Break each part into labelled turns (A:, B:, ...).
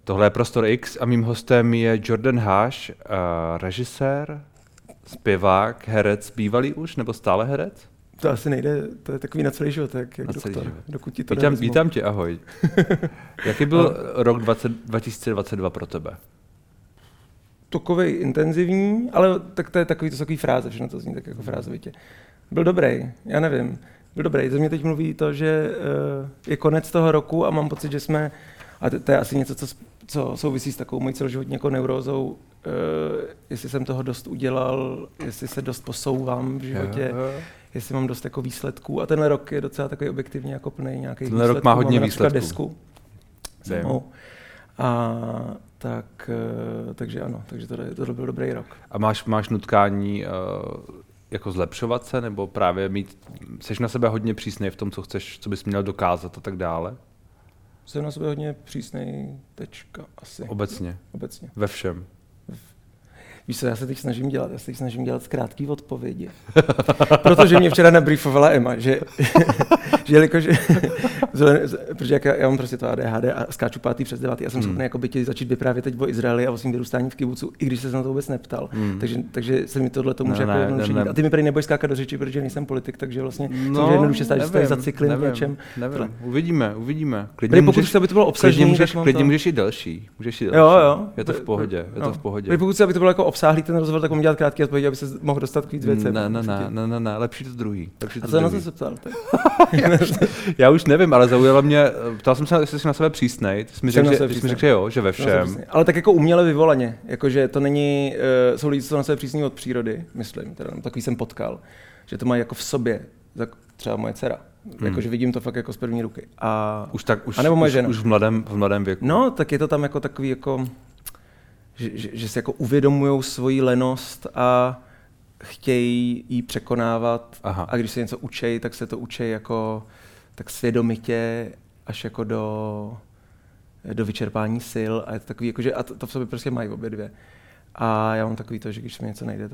A: Tohle je Prostor X a mým hostem je Jordan Háš, režisér, zpěvák, herec, bývalý už, nebo stále herec?
B: To asi nejde, to je takový na celý život, jak doktor, dokud ti to
A: Vítám tě, ahoj. Jaký byl rok 2022 pro tebe?
B: Takovej intenzivní, ale tak to je takový fráze, všechno to zní tak jako frázovitě. Byl dobrý, já nevím, byl dobrý. Ze mě teď mluví to, že je konec toho roku a mám pocit, že jsme, a to je asi něco, co souvisí s takovou mojí celoživotní jako neurózou, jestli jsem toho dost udělal, jestli se dost posouvám v životě, jestli mám dost jako výsledků. A tenhle rok je docela takový objektivně jako plný nějakých výsledků.
A: Tenhle rok má hodně výsledků.
B: Desku. A takže ano, takže tohle byl dobrý rok.
A: A máš nutkání jako zlepšovat se, nebo právě seš na sebe hodně přísnej v tom, co chceš, co bys měl dokázat a tak dále?
B: Jsem na sebe hodně přísnej, tečka, asi.
A: Obecně?
B: Obecně.
A: Ve všem?
B: Víš co, já se teď snažím dělat krátký odpovědi. Protože mě včera nabriefovala Emma, že jelikož, protože já mám prostě to ADHD a skáču 5. přes 9. a jsem schopný jako by ti začít vyprávět teď o Izraeli a o svým vyrůstání v kibucu, i když se na to vůbec neptal. Takže se mi tohle to může jako jednoduše. A ty mi prý neboj skákat do řeči, protože nejsem politik, takže vlastně může jednoduše stát, že se tady zacyklím v něčem.
A: Nevím. Uvidíme.
B: Pokud chci, aby to bylo obsažný,
A: klidně můžeš i delší.
B: Jo.
A: Je to v pohodě,
B: Pokud chci, aby to bylo jako obsáhlý ten rozhovor, tak mám dělat krátký odpovědi, aby se mohl dostat k víc věcem.
A: Ne, lepší to druhý.
B: A co na to se ptal?
A: Já už nevím, ale zaujalo mě, ptal jsem se, jestli jsi na sebe přísnej, ty jsi mi řekl, že jo, že ve všem.
B: Ale tak jako uměle vyvolaně, jakože to není, jsou lidi, co jsou na sebe přísní od přírody, myslím, teda takový jsem potkal, že to mají jako v sobě, třeba moje dcera, jakože vidím to fakt jako z první ruky.
A: A nebo moje žena. Už v mladém věku.
B: No, tak je to tam jako takový jako, že si jako uvědomujou svoji lenost a chtějí ji překonávat. Aha. A když se něco učí, tak se to učí jako tak svědomitě až jako do vyčerpání sil a je to takový jako, že a to v sobě prostě mají obě dvě. A já mám takový to, že když se mi něco nejde,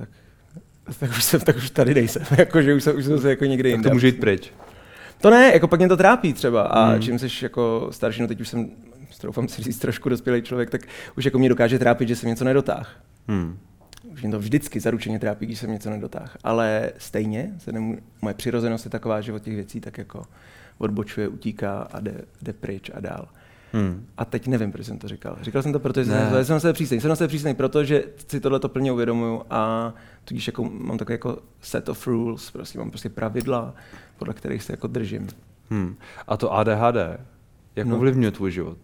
B: tak už tady nejsem, jako, že už jsem se jako někde jinde.
A: Tak to může jít pryč.
B: To ne, jako pak mě to trápí třeba a čím jsi jako starší, no teď už jsem, troufám si říct, trošku dospělý člověk, tak už jako mě dokáže trápit, že jsem něco nedotáhl. Už mě to vždycky zaručeně trápí, když jsem něco nedotáhl, ale stejně moje přirozenost je taková, že od těch věcí tak jako odbočuje, utíká a jde pryč a dál. A teď nevím, proč jsem to říkal. Říkal jsem to, protože jsem na sebe přísnej. Jsem na sebe přísnej, protože si tohleto plně uvědomuju a tudíž jako mám takový jako set of rules, prostě mám prostě pravidla, podle kterých se jako držím.
A: A to ADHD, jak ovlivňuje tvůj život?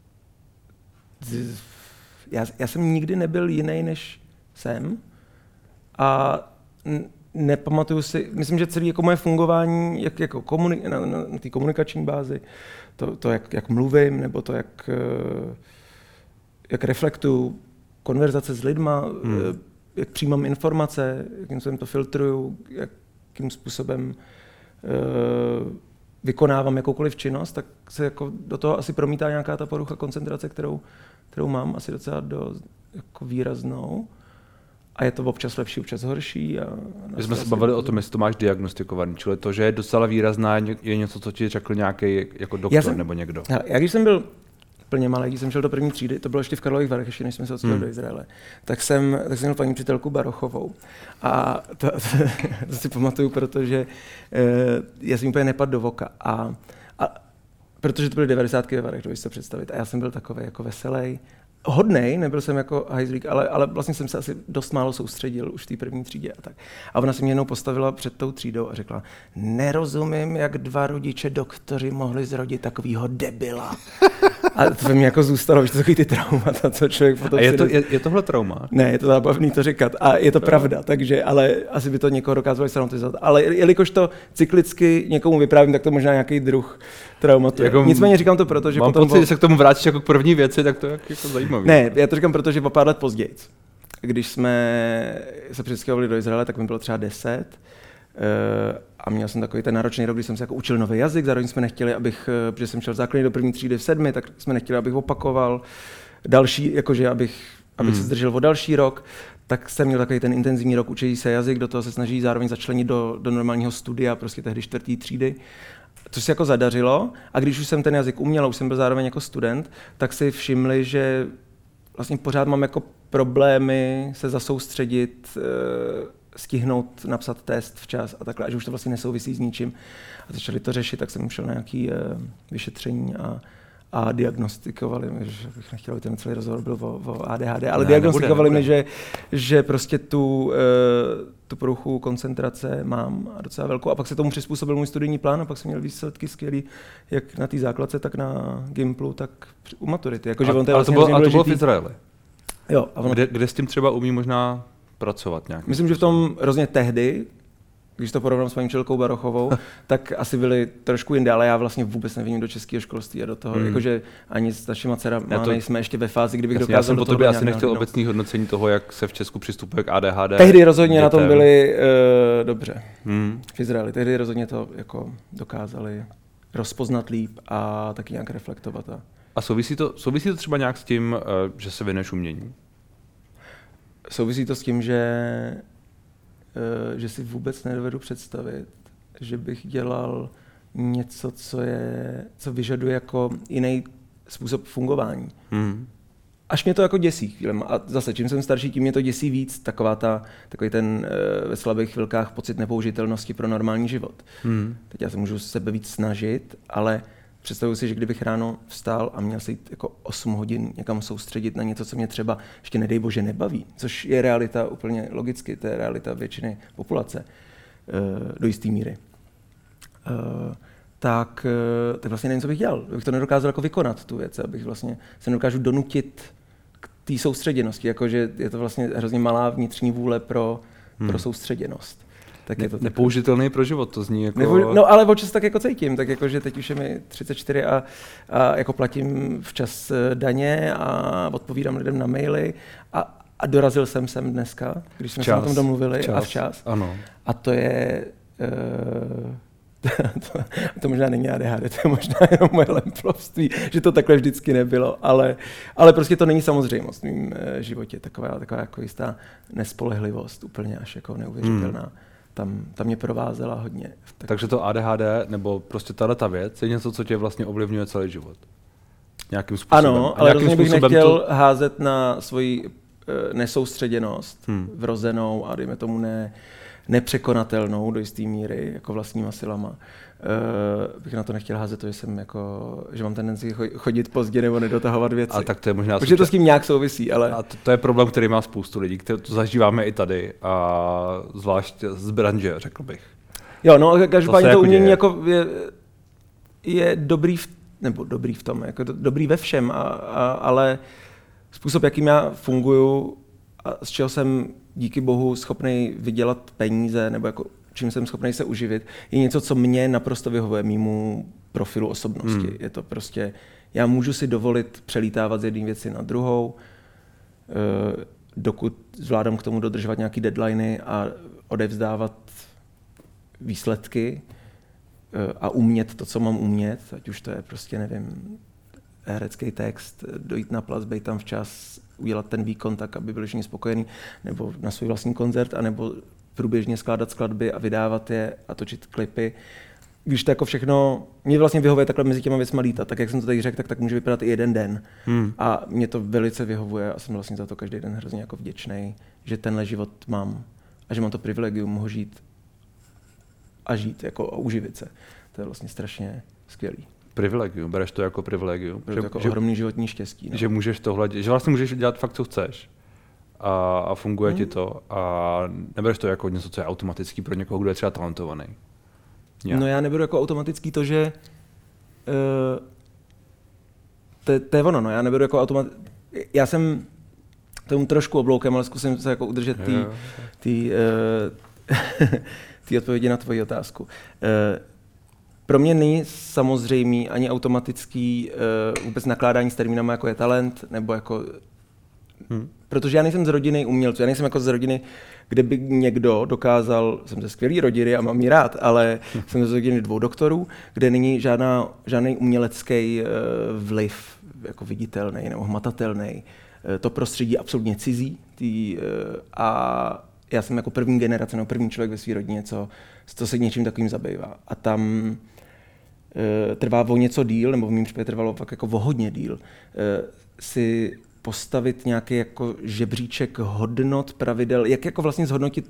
B: Já jsem nikdy nebyl jiný, než jsem a nepamatuju si, myslím, že celé jako moje fungování jako na té komunikační bázi, to jak mluvím, nebo to, jak reflektuju konverzace s lidma, jak přijímám informace, jakým způsobem to filtruju, jakým způsobem vykonávám jakoukoliv činnost, tak se jako do toho asi promítá nějaká ta porucha koncentrace, kterou mám asi docela jako výraznou. A je to občas lepší, občas horší.
A: My jsme se bavili o tom, jestli to máš diagnostikovaný, čili to, že je docela výrazná, je něco, co ti řekl nějaký jako doktor nebo někdo.
B: Já když jsem byl plně malý, když jsem šel do první třídy, to bylo ještě v Karlových Varech, ještě než jsme se odstěhovali do Izraele, tak jsem měl paní učitelku Barochovou. A to si pamatuju, protože já jsem úplně nepadl do voka. A protože to byly 90. ve Varech, dovedeš si to představit. A já jsem byl takový jako veselý. Hodnej, nebyl jsem jako hajzlík, ale vlastně jsem se asi dost málo soustředil už v té první třídě a tak. A ona se mě jednou postavila před tou třídou a řekla, nerozumím, jak 2 rodiče doktoři mohli zrodit takovýho debila. A to ve mně jako zůstalo, že to takový ty traumata, co člověk potom...
A: A je tohle trauma?
B: Ne, je to zábavný to říkat a je to pravda, takže, ale asi by to někoho dokázalo traumatizovat. Ale jelikož to cyklicky někomu vyprávím, tak to možná nějaký druh traumatu. Jako, nicméně říkám to proto, že
A: mám
B: potom...
A: Mám pocit, že se k tomu vrátíš jako k první věci, tak to je jako zajímavý.
B: Ne, já to říkám proto, že o pár let později. Když jsme se přestěhovali do Izraele, tak mi bylo třeba 10 a měl jsem takový ten náročný rok, kdy jsem se jako učil nový jazyk, zároveň jsme nechtěli, protože jsem šel základní do první třídy v 7, tak jsme nechtěli, abych opakoval další, jakože abych se zdržel o další rok, tak jsem měl takový ten intenzivní rok učení se jazyk, do toho se snaží zároveň začlenit do normálního studia, prostě tehdy 4. třídy. což se jako zadařilo. A když už jsem ten jazyk uměl, už jsem byl zároveň jako student, tak si všimli, že vlastně pořád mám jako problémy se zasoustředit, stihnout napsat test včas a takhle, a že už to vlastně nesouvisí s ničím. A začali to řešit, tak jsem šel na nějaké vyšetření a diagnostikovali mi, že bych nechtěl, aby ten celý rozhovor byl o ADHD, ale diagnostikovali mi, že prostě tu poruchu koncentrace mám a docela velkou. A pak se tomu přizpůsobil můj studijní plán a pak jsem měl výsledky skvělý, jak na té základce, tak na Gimplu, tak u maturity. Jako,
A: ale to bylo v Izraeli.
B: Jo. A
A: kde s tím třeba umí možná pracovat nějak?
B: Myslím, že v tom hrozně tehdy, když to porovnám s paní učitelkou Barochovou, tak asi byli trošku jinde, ale já vlastně vůbec nevím do českého školství a do toho, jakože ani s našima dcerama nejsme ještě ve fázi, kdybych dokázal
A: já jsem
B: do
A: po tobě asi nechtěl obecný hodnocení toho, jak se v Česku přistupuje k ADHD.
B: Tehdy rozhodně dětem. Na tom byli dobře. V Izraeli. Tehdy rozhodně to jako dokázali rozpoznat líp a taky nějak reflektovat.
A: A souvisí to třeba nějak s tím, že se věnuješ umění?
B: Souvisí to s tím, že si vůbec nedovedu představit, že bych dělal něco, co vyžaduje jako jiný způsob fungování. Až mě to jako děsí chvílem. A zase, čím jsem starší, tím mě to děsí víc, takový ten ve slabých chvilkách pocit nepoužitelnosti pro normální život. Teď já se můžu sebe víc snažit, ale představuji si, že kdybych ráno vstál a měl se jít jako 8 hodin někam soustředit na něco, co mě třeba ještě nedej bože nebaví, což je realita úplně logicky, to je realita většiny populace do jisté míry. Tak vlastně nevím, co bych dělal. Bych to nedokázal jako vykonat tu věc, abych vlastně se nedokážu donutit k té soustředěnosti, jakože je to vlastně hrozně malá vnitřní vůle pro soustředěnost. Tak je to
A: nepoužitelný pro život, to zní jako...
B: No ale občas tak jako cítím, tak jako, že teď už je mi 34 a jako platím včas daně a odpovídám lidem na maily a dorazil jsem sem dneska, když jsme se o tom domluvili a včas.
A: Ano.
B: A to je... to možná není ADHD, to je možná jenom moje lemplovství, že to takhle vždycky nebylo, ale prostě to není samozřejmost v mém životě, taková jako jistá nespolehlivost, úplně až jako neuvěřitelná. Tam mě provázela hodně.
A: Takže to ADHD, nebo prostě ta věc, je něco, co tě vlastně ovlivňuje celý život? Nějakým způsobem.
B: Ano, ale rozhodně bych nechtěl házet na svoji nesoustředěnost vrozenou a dejme tomu nepřekonatelnou do jisté míry, jako vlastníma silama. Bych na to nechtěl házet to, že mám tendenci chodit pozdě nebo nedotahovat věci.
A: A tak to je možná...
B: Protože to s tím nějak souvisí, ale...
A: A to je problém, který má spoustu lidí, to zažíváme i tady, a zvlášť z branže, řekl bych.
B: Jo, no každopádně to umění jako je dobrý v tom, jako dobrý ve všem, ale způsob, jakým já funguju a z čeho jsem díky bohu schopný vydělat peníze, nebo jako čím jsem schopný se uživit, je něco, co mě naprosto vyhovuje mému profilu osobnosti. Je to prostě, já můžu si dovolit přelítávat z jedné věci na druhou, dokud zvládám k tomu dodržovat nějaký deadliny a odevzdávat výsledky a umět to, co mám umět, ať už to je prostě, nevím, herecký text, dojít na plac, být tam včas, udělat ten výkon tak, aby byli všichni spokojení, nebo na svůj vlastní koncert, anebo průběžně skládat skladby a vydávat je a točit klipy. Když to jako všechno, mě vlastně vyhovuje takhle mezi těma věcma lítat, tak jak jsem to tady řekl, tak může vypadat i jeden den. A mě to velice vyhovuje a jsem vlastně za to každý den hrozně jako vděčnej, že tenhle život mám a že mám to privilegium ho žít a žít jako a uživit se. To je vlastně strašně skvělý.
A: Privilegium, bereš to jako privilegium.
B: Že jako ohromný životní štěstí. No.
A: Že můžeš tohle, že vlastně můžeš dělat fakt, co chceš. A funguje ti to. A nebereš to jako něco, co je automatický pro někoho, kdo je třeba talentovaný.
B: No já neberu jako automatický to, že to je ono, no. Já neberu jako automatický. Já jsem tomu trošku obloukem, ale zkusím se jako udržet ty odpovědi na tvoji otázku. Pro mě není samozřejmý ani automatický vůbec nakládání s termínama, jako je talent, nebo jako... Protože já nejsem z rodiny umělců, já nejsem jako z rodiny, kde by někdo dokázal, jsem ze skvělý rodiny a mám ji rád, ale jsem z rodiny 2 doktorů, kde není žádný umělecký vliv, jako viditelný nebo hmatatelný. To prostředí je absolutně cizí a já jsem jako první generace, nebo první člověk ve své rodině, co se něčím takovým zabývá. A tam trvá o něco díl, nebo v mým případě trvalo fakt jako o hodně díl, si postavit nějaký jako žebříček hodnot, pravidel, jak jako vlastně zhodnotit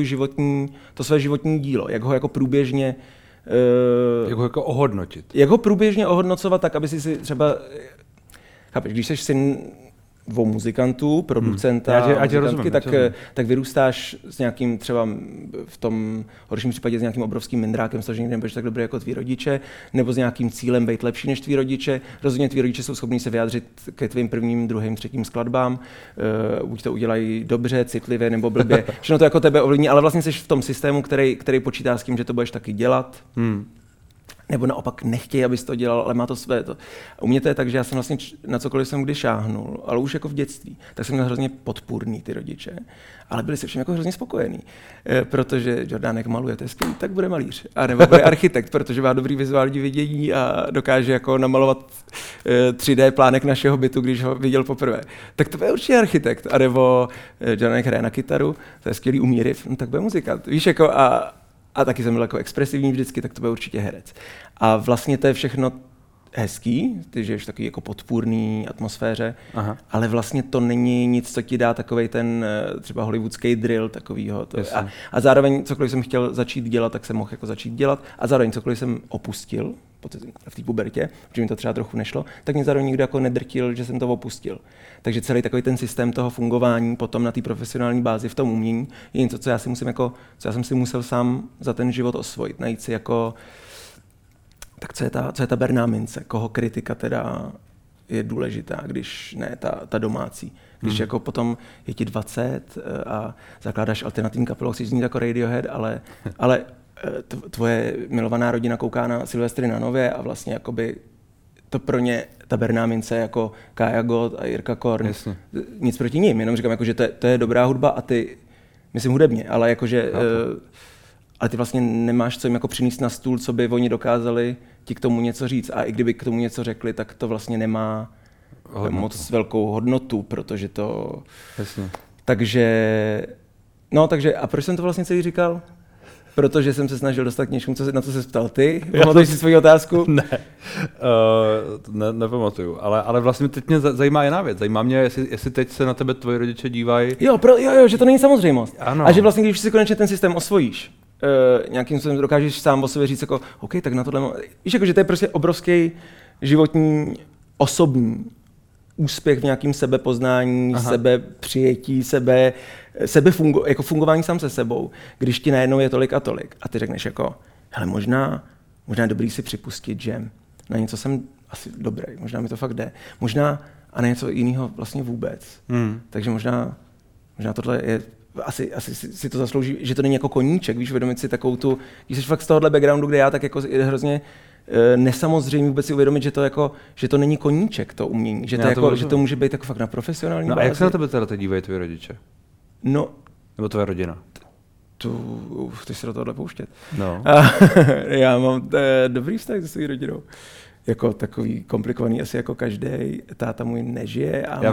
B: to své životní dílo, jak ho jako průběžně
A: jak ho jako ohodnotit.
B: Jak ho průběžně ohodnocovat tak, aby si třeba, chápeš, když jsi syn dvou muzikantů, producenta a muzikantky, tak vyrůstáš s nějakým třeba v tom horším případě s nějakým obrovským mindrákem, že nikdy nebudeš tak dobrý jako tví rodiče, nebo s nějakým cílem být lepší než tví rodiče. Rozhodně tví rodiče jsou schopní se vyjádřit ke tvým prvním, druhým, třetím skladbám. Buď to udělají dobře, citlivě nebo blbě. Všechno to jako tebe ovlivní, ale vlastně jsi v tom systému, který počítá s tím, že to budeš taky dělat. Nebo naopak nechtějí, abys to dělal, ale má to své. U mě to je tak, že já jsem vlastně na cokoliv jsem kdy šáhnul, ale už jako v dětství, tak jsem měl hrozně podpůrný ty rodiče, ale byli se všem jako hrozně spokojení, protože Jordánek maluje, to je skvělý, tak bude malíř, a nebo bude architekt, protože má dobrý vizuální vidění a dokáže jako namalovat 3D plánek našeho bytu, když ho viděl poprvé. Tak to bude určitě architekt, a nebo Jordánek hraje na kytaru, to je skvělý, umí riff, no tak bude muzikant. Víš, jako a taky jsem byl jako expresivní vždycky, tak to byl určitě herec. A vlastně to je všechno hezký, ty žiješ v takový jako podpůrný atmosféře, ale vlastně to není nic, co ti dá takovej ten třeba hollywoodský drill takovýho. A zároveň cokoliv jsem chtěl začít dělat, tak jsem mohl jako začít dělat. A zároveň cokoliv jsem opustil v té pubertě, protože mi to třeba trochu nešlo, tak mě zároveň nikdo jako nedrtil, že jsem to opustil. Takže celý takový ten systém toho fungování potom na té profesionální bázi v tom umění je něco, co já jsem si musel sám za ten život osvojit, najít si jako tak co je ta berná mince, koho kritika teda je důležitá, když ne ta domácí. Když jako potom je ti 20 a zakládáš alternativní kapelu, chceš znít jako Radiohead, ale tvoje milovaná rodina kouká na Silvestry na Nově a vlastně jakoby to pro ně ta berná mince jako Kája Gott a Jirka Korn.
A: Jasně.
B: Nic proti ním, jenom říkám, jako, že to je dobrá hudba a ty, myslím hudebně, ale jakože ale ty vlastně nemáš co jim jako přinést na stůl, co by oni dokázali ti k tomu něco říct. A i kdyby k tomu něco řekli, tak to vlastně nemá moc velkou hodnotu, protože to...
A: Jasně.
B: Takže a proč jsem to vlastně celý říkal? Protože jsem se snažil dostat k něčemu, na co se ptal ty. Pamatuješ si svoji otázku?
A: Ne, nepamatuju, ale vlastně teď mě zajímá jiná věc. Zajímá mě, jestli teď se na tebe tvoji rodiče dívají.
B: Jo, že to není samozřejmost.
A: Ano.
B: A že vlastně, když si konečně ten systém osvojíš, nějakým způsobem dokážeš sám o sobě říct jako, OK, tak na tohle víš, jako, že to je prostě obrovský životní, osobní úspěch v nějakém sebepoznání, sebepřijetí, jako fungování sám se sebou, když ti najednou je tolik a tolik. A ty řekneš jako, hele, možná je dobrý si připustit, že na něco jsem asi dobrý, možná mi to fakt jde. Možná a na něco jiného vlastně vůbec. Takže možná tohle je asi si to zaslouží, že to není jako koníček, víš, uvědomit si takovou tu, když jsi fakt z tohohle backgroundu, kde já, tak jako je hrozně nesamozřejmě vůbec si uvědomit, že to není koníček, to umění, že to může být jako fakt na profesionální bázi.
A: A jak se na tebe teda dívají tvoji rodiče?
B: No.
A: Nebo tvoje rodina?
B: Chceš se do tohohle pouštět?
A: No.
B: Já mám dobrý vztah se svou rodinou. Jako takový komplikovaný asi jako každý. Táta můj nežije a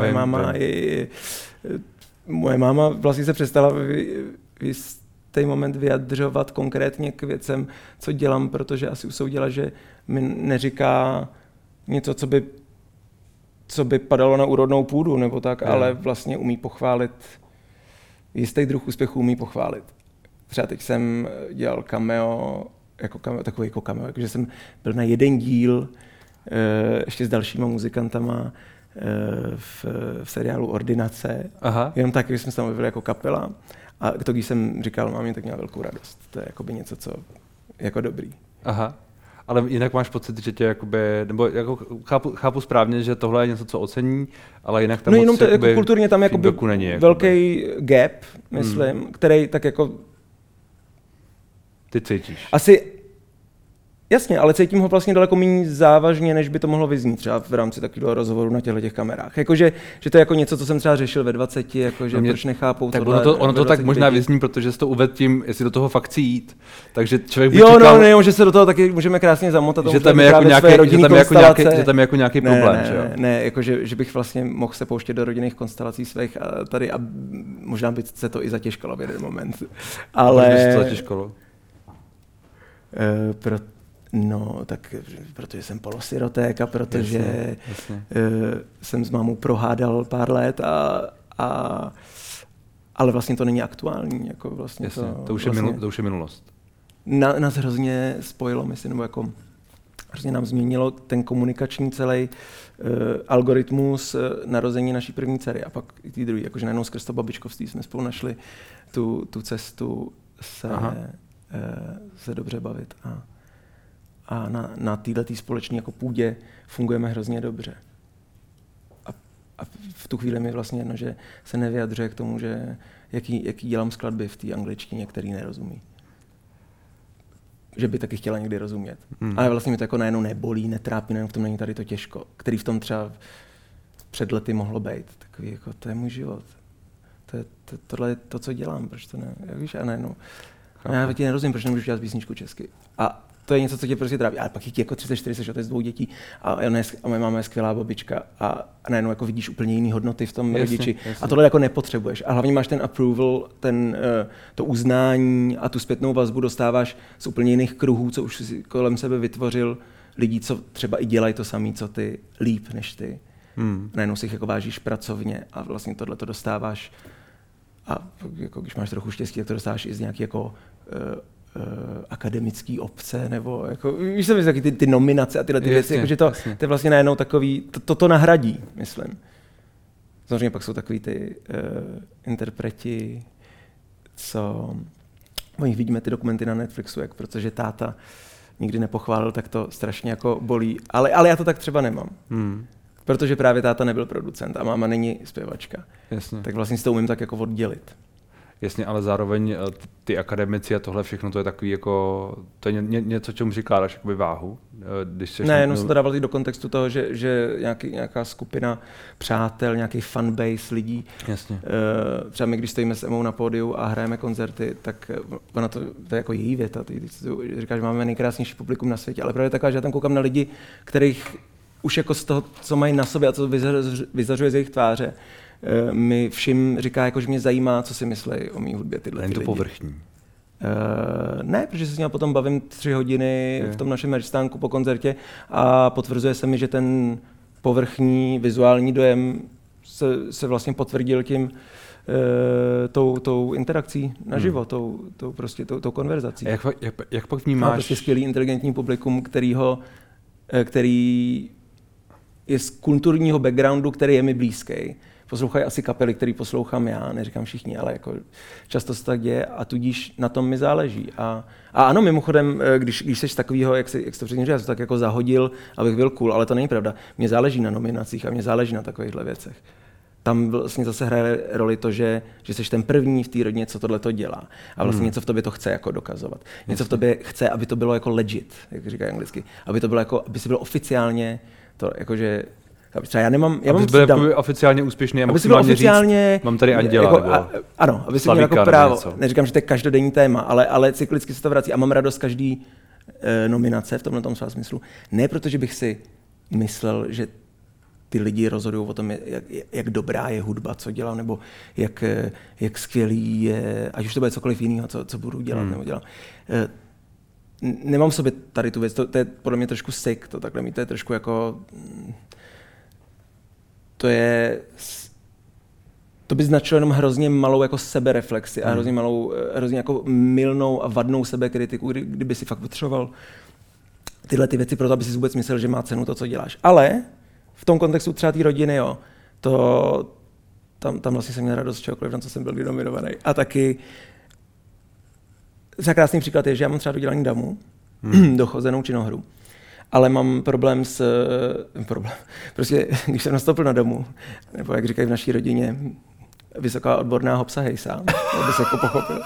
B: moje máma vlastně se přestala v jistý moment vyjadřovat konkrétně k věcem, co dělám, protože asi usoudila, že mi neříká něco, co by padalo na úrodnou půdu, nebo tak, ale vlastně umí pochválit, jistý druh úspěchu umí pochválit. Třeba teď jsem dělal cameo, že jsem byl na jeden díl ještě s dalšíma muzikantama v seriálu Ordinace. Jenom tak, když jsme se tam objevili jako kapela. A to, když jsem říkal mámě, tak měla velkou radost. To je jakoby něco, co jako dobrý.
A: Aha. Ale jinak máš pocit, že tě jakoby, nebo jako chápu správně, že tohle je něco, co ocení, ale jinak tam
B: jenom to jako kulturně tam jakoby
A: není
B: velký gap, myslím, který tak jako
A: ty cítíš.
B: Asi jasně, ale cítím ho vlastně daleko méně závažně, než by to mohlo vyznít třeba v rámci takového rozhovoru na těch kamerách. Jakože, že to je jako něco, co jsem třeba řešil ve 20, jakože proč nechápou
A: tak tohle. Ono to tak možná vyzní, protože jsi to uvedl tím, jestli do toho fakt chci jít. Takže člověk by
B: čekal, že se do toho taky můžeme krásně zamotat.
A: Že tam je jako nějaký problém, že jo?
B: Ne, jakože, že bych vlastně mohl se pouštět do rodinných konstelací svých a tady a možná by se to i zatěžkalo v jeden moment. Ale
A: proč by se to zatěžkalo?
B: No, tak protože jsem polosirotek a protože jasně. Jsem s mámou prohádal pár let ale vlastně to není aktuální. Jako vlastně
A: jasně, to už je minulost.
B: Nás hrozně spojilo, myslím, nebo jako hrozně nám změnilo ten komunikační celý algoritmus narození naší první dcery a pak i té druhé, jakože najednou skrz to babičkovství jsme spolu našli tu cestu se dobře bavit a na této společné jako půdě fungujeme hrozně dobře. A v tu chvíli mi vlastně jedno, že se nevyjadřuje k tomu, že jaký dělám skladby v té angličtině, který nerozumí. Že by taky chtěla někdy rozumět. Ale vlastně mi to jako najednou nebolí, netrápí, najednou v tom není tady to těžko, který v tom třeba před lety mohlo být. Takový jako, to je můj život. Tohle je to, co dělám, proč to ne? Jak víš, a najednou. Já ti nerozumím, proč nemůžu dělat písničku česky. A to je něco, co tě prostě trápí. Ale pak je ti jako 34, seš otec 2 dětí a moje máma je skvělá babička a najednou jako vidíš úplně jiný hodnoty v tom rodiči. A tohle jako nepotřebuješ. A hlavně máš ten approval, to uznání a tu zpětnou vazbu dostáváš z úplně jiných kruhů, co už si kolem sebe vytvořil, lidí, co třeba i dělají to samé, co ty, líp než ty. Najednou si jich jako vážíš pracovně a vlastně tohle to dostáváš. A jako, když máš trochu štěstí, tak to dostáváš i z nějaký jako akademický obce, nebo jako, víš se, taky ty nominace a tyhle ty věci, jakože to je vlastně najednou takový, to nahradí, myslím. Samozřejmě pak jsou takový ty interpreti, co o nich vidíme ty dokumenty na Netflixu, jak protože táta nikdy nepochválil, tak to strašně jako bolí. Ale já to tak třeba nemám. Protože právě táta nebyl producent a máma není zpěvačka.
A: Jasně.
B: Tak vlastně si to umím tak jako oddělit.
A: Jasně, ale zároveň ty akademici a tohle všechno, to je takový jako, to je něco, čemu říkáš jakoby váhu? Když
B: ne, jenom jsem to dával do kontextu toho, že nějaká skupina přátel, nějaký fanbase lidí.
A: Jasně.
B: Třeba my, když stojíme s Emou na pódiu a hrajeme koncerty, tak ona to je jako její věta. Ty říkáš, že máme nejkrásnější publikum na světě, ale právě taková, že já tam koukám na lidi, kterých už jako z toho, co mají na sobě a co vyzařuje z jejich tváře, mi všim říká, jako, že mě zajímá, co si myslí o mý hudbě tyhle
A: lidi.
B: Není
A: to povrchní?
B: Ne, protože se s ním potom bavím 3 hodiny v tom našem merch-stánku po koncertě a potvrzuje se mi, že ten povrchní vizuální dojem se vlastně potvrdil tím tou interakcí naživo, tou konverzací.
A: Jak pak vnímáš?
B: Prostě skvělý inteligentní publikum, který je z kulturního backgroundu, který je mi blízký. Poslouchají asi kapely, který poslouchám já, neříkám všichni, ale jako často se tak děje a tudíž na tom mi záleží. A ano, mimochodem, když jsi takovýho, jak to předtím říkal, já jsem tak jako zahodil, abych byl cool, ale to není pravda. Mně záleží na nominacích a mně záleží na takovýchhle věcech. Tam vlastně zase hraje roli to, že jsi ten první v té rodině, co tohle to dělá. A vlastně něco v tobě to chce jako dokazovat. Něco v tobě chce, aby to bylo jako legit, jak říkají anglicky. Aby to bylo jako, aby si byl oficiálně to jakože třeba já mám
A: byl jako oficiálně úspěšný a maximálně říct, mám tady anděla.
B: Jako, ano, aby si měl jako právo. Neříkám, že to je každodenní téma, ale cyklicky se to vrací a mám radost každý nominace v tomhle slova smyslu. Ne protože bych si myslel, že ty lidi rozhodují o tom, jak dobrá je hudba, co dělám, nebo jak skvělý je, ať už to bude cokoliv jiného, co budu dělat nebo dělám. Nemám v sobě tady tu věc, to je podle mě trošku sick, to takhle mít, to je trošku jako... To by značilo jenom hrozně malou jako sebereflexi a hrozně jako mylnou a vadnou sebekritiku, kdyby si fakt potřeboval tyhle ty věci proto, aby si vůbec myslel, že má cenu to, co děláš. Ale v tom kontextu třeba té rodiny, jo, tam vlastně jsem měl radost z čehokoliv, na co jsem byl nominovaný. A taky třeba krásný příklad je, že já mám třeba dodělaný damu, dochozenou činohru. Ale mám problém prostě, když jsem nastoupil na domu, nebo jak říkají v naší rodině, vysoká odborná hopsa hejsa, aby se jako pochopil,